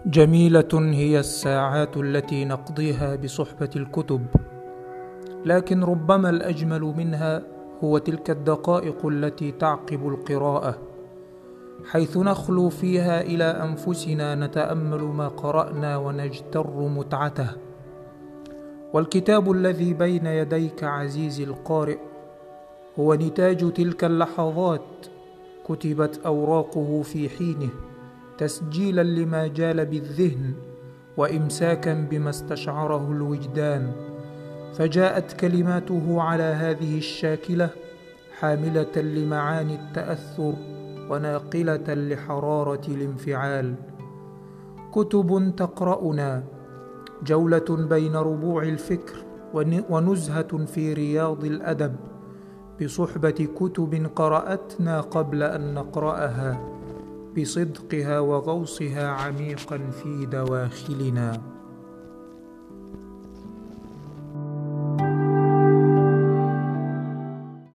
جميلة هي الساعات التي نقضيها بصحبة الكتب، لكن ربما الأجمل منها هو تلك الدقائق التي تعقب القراءة، حيث نخلو فيها إلى أنفسنا نتأمل ما قرأنا ونجتر متعته. والكتاب الذي بين يديك عزيزي القارئ هو نتاج تلك اللحظات، كتبت أوراقه في حينه تسجيلا لما جال بالذهن وإمساكا بما استشعره الوجدان، فجاءت كلماته على هذه الشاكلة حاملة لمعاني التأثر وناقلة لحرارة الانفعال. كتب تقرأنا، جولة بين ربوع الفكر ونزهة في رياض الأدب، بصحبة كتب قرأتنا قبل أن نقرأها، بصدقها وغوصها عميقا في دواخلنا.